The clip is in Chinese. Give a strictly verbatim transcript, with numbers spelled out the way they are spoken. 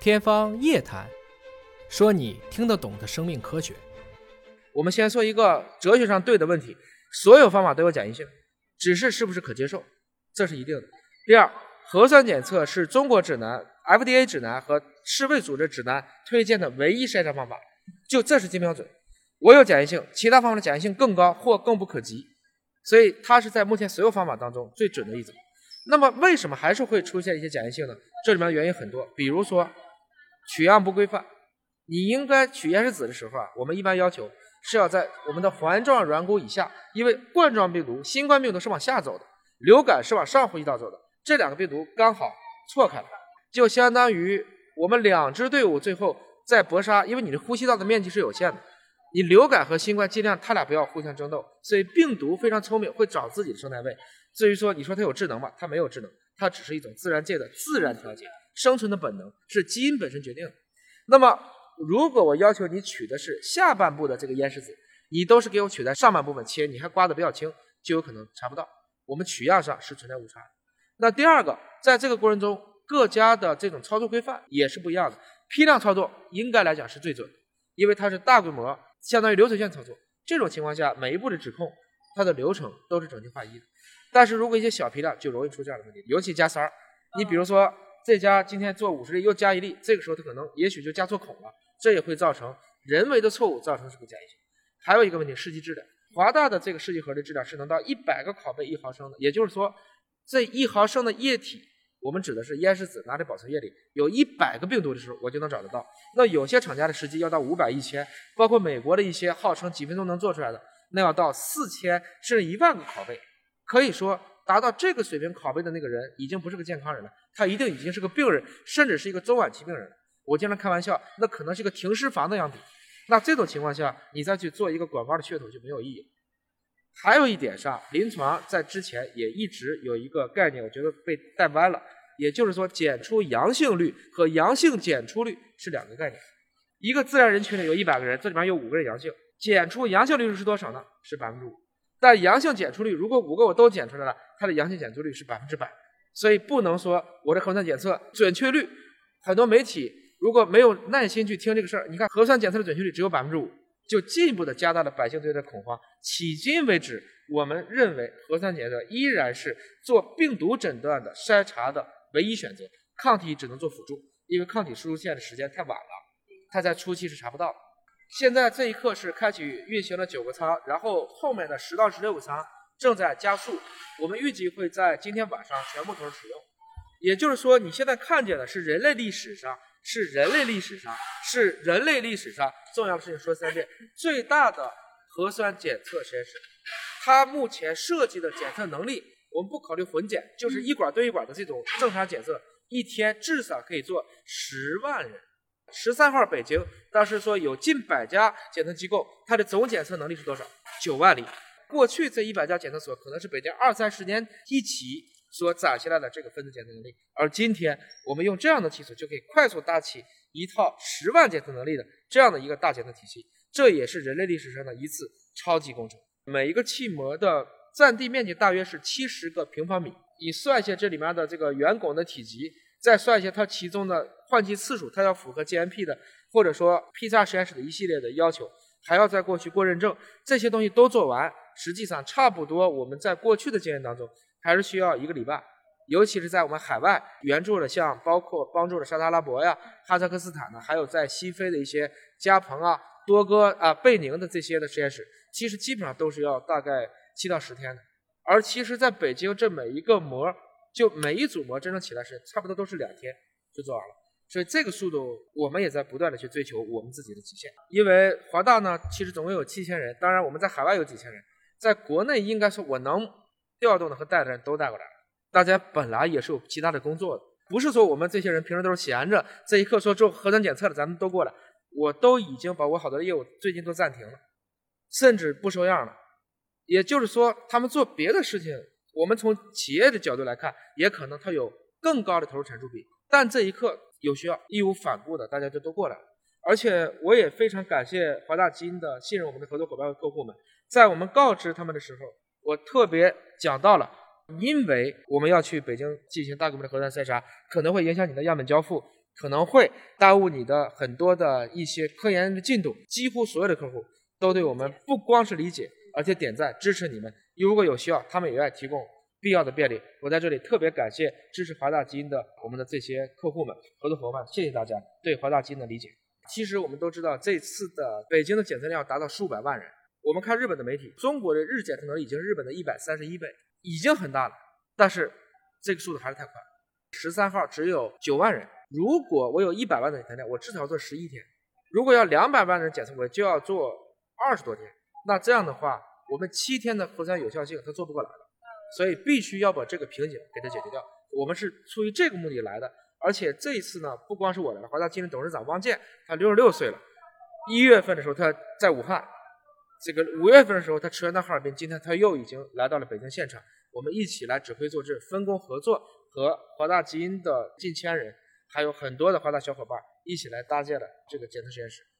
天方夜谭，说你听得懂的生命科学。 我们先说一个哲学上对的问题，所有方法都有假阴性，只是是不是可接受，这是一定的。第二，核酸检测是中国指南、F D A 指南和世卫组织指南推荐的唯一筛查方法，就这是金标准。我有假阴性，其他方法的假阴性更高或更不可及，所以它是在目前所有方法当中最准的一种。那么为什么还是会出现一些假阴性呢？这里面原因很多，比如说取样不规范。你应该取咽拭子的时候啊，我们一般要求是要在我们的环状软骨以下，因为冠状病毒、新冠病毒是往下走的，流感是往上呼吸道走的，这两个病毒刚好错开了，就相当于我们两支队伍最后在搏杀，因为你的呼吸道的面积是有限的，你流感和新冠尽量它俩不要互相争斗，所以病毒非常聪明，会找自己的生态位。至于说你说它有智能吧，它没有智能，它只是一种自然界的自然条件，生存的本能是基因本身决定的。那么如果我要求你取的是下半部的这个咽拭子，你都是给我取在上半部分切，你还刮得比较轻，就有可能查不到，我们取样上是存在误差。那第二个，在这个过程中各家的这种操作规范也是不一样的，批量操作应该来讲是最准的，因为它是大规模相当于流水线操作，这种情况下每一步的指控它的流程都是整齐划一的。但是如果一些小批量就容易出这样的问题，尤其加塞儿，你比如说这家今天做五十例又加一例，这个时候它可能也许就加错孔了，这也会造成人为的错误，造成这个假阴性。还有一个问题，试剂质量，华大的这个试剂盒的质量是能到一百个拷贝一毫升的，也就是说这一毫升的液体，我们指的是咽拭子拿着保存液里有一百个病毒的时候我就能找得到。那有些厂家的试剂要到五百、一千，包括美国的一些号称几分钟能做出来的，那要到四千甚至一万个拷贝。可以说达到这个水平拷贝的那个人已经不是个健康人了，他一定已经是个病人，甚至是一个中晚期病人了。我经常开玩笑，那可能是一个停尸房的样品。那这种情况下你再去做一个管弯的噱头就没有意义了。还有一点上，临床在之前也一直有一个概念，我觉得被带歪了，也就是说检出阳性率和阳性检出率是两个概念。一个自然人群里有一百个人，这里面有五个人阳性，检出阳性率是多少呢？是百分之五。但阳性检出率如果五个我都检出来了，它的阳性检出率是百分之百。所以不能说我的核酸检测准确率，很多媒体如果没有耐心去听这个事儿，你看核酸检测的准确率只有百分之五，就进一步的加大了百姓对它的恐慌。迄今为止，我们认为核酸检测依然是做病毒诊断的筛查的唯一选择，抗体只能做辅助，因为抗体输入线的时间太晚了，它在初期是查不到的。现在这一刻是开启运行了九个舱，然后后面的十到十六个舱正在加速，我们预计会在今天晚上全部投入使用。也就是说，你现在看见的是人类历史上是人类历史上是人类历史上重要的事情说三遍，最大的核酸检测实验室，它目前设计的检测能力，我们不考虑混检，就是一管对一管的这种正常检测，一天至少可以做十万人。十三号北京当时说有近百家检测机构，它的总检测能力是多少？九万例。过去这一百家检测所可能是北京二三十年一起所攒下来的这个分子检测能力，而今天我们用这样的技术就可以快速搭起一套十万检测能力的这样的一个大检测体系，这也是人类历史上的一次超级工程。每一个气膜的占地面积大约是七十个平方米，你算一下这里面的这个圆拱的体积，再算一下它其中的换气次数，它要符合 G M P 的或者说 P C R 实验室的一系列的要求，还要在过去过认证，这些东西都做完，实际上差不多我们在过去的经验当中还是需要一个礼拜，尤其是在我们海外援助了像包括帮助了沙特阿拉伯呀、哈萨克斯坦呢，还有在西非的一些加蓬啊、多哥啊、贝宁的这些的实验室，其实基本上都是要大概七到十天的。而其实在北京这每一个膜，就每一组膜真正起来是差不多都是两天就做完了，所以这个速度我们也在不断的去追求我们自己的极限。因为华大呢其实总共有七千人，当然我们在海外有几千人，在国内应该说我能调动的和带的人都带过来了，大家本来也是有其他的工作的，不是说我们这些人平时都是闲着，这一刻说做核酸检测的咱们都过来，我都已经把我好多的业务最近都暂停了，甚至不收样了。也就是说他们做别的事情，我们从企业的角度来看也可能它有更高的投入产出比，但这一刻有需要义无反顾的大家就都过来了。而且我也非常感谢华大基因的信任我们的合作伙伴和客户们，在我们告知他们的时候，我特别讲到了，因为我们要去北京进行大规模的核酸筛查，可能会影响你的样本交付， 可能会耽误你的很多的一些科研的进度。几乎所有的客户都对我们不光是理解，而且点赞支持你们，如果有需要他们也愿意提供必要的便利。我在这里特别感谢支持华大基因的我们的这些客户们、合作伙伴，谢谢大家对华大基因的理解。其实我们都知道，这次的北京的检测量达到数百万人。我们看日本的媒体，中国的日检测能力已经是日本的一百三十一倍，已经很大了，但是这个数字还是太快。十三号只有九万人，如果我有一百万的检测量，我至少要做十一天；如果要两百万人检测，我就要做二十多天。那这样的话，我们七天的核酸有效性它做不过来了，所以必须要把这个瓶颈给它解决掉。我们是出于这个目的来的。而且这一次呢，不光是我来了，华大基因董事长汪建他六十六岁了，一月份的时候他在武汉，这个五月份的时候他驰援到哈尔滨，今天他又已经来到了北京现场，我们一起来指挥作战，分工合作，和华大基因的近千人还有很多的华大小伙伴一起来搭建了这个检测实验室。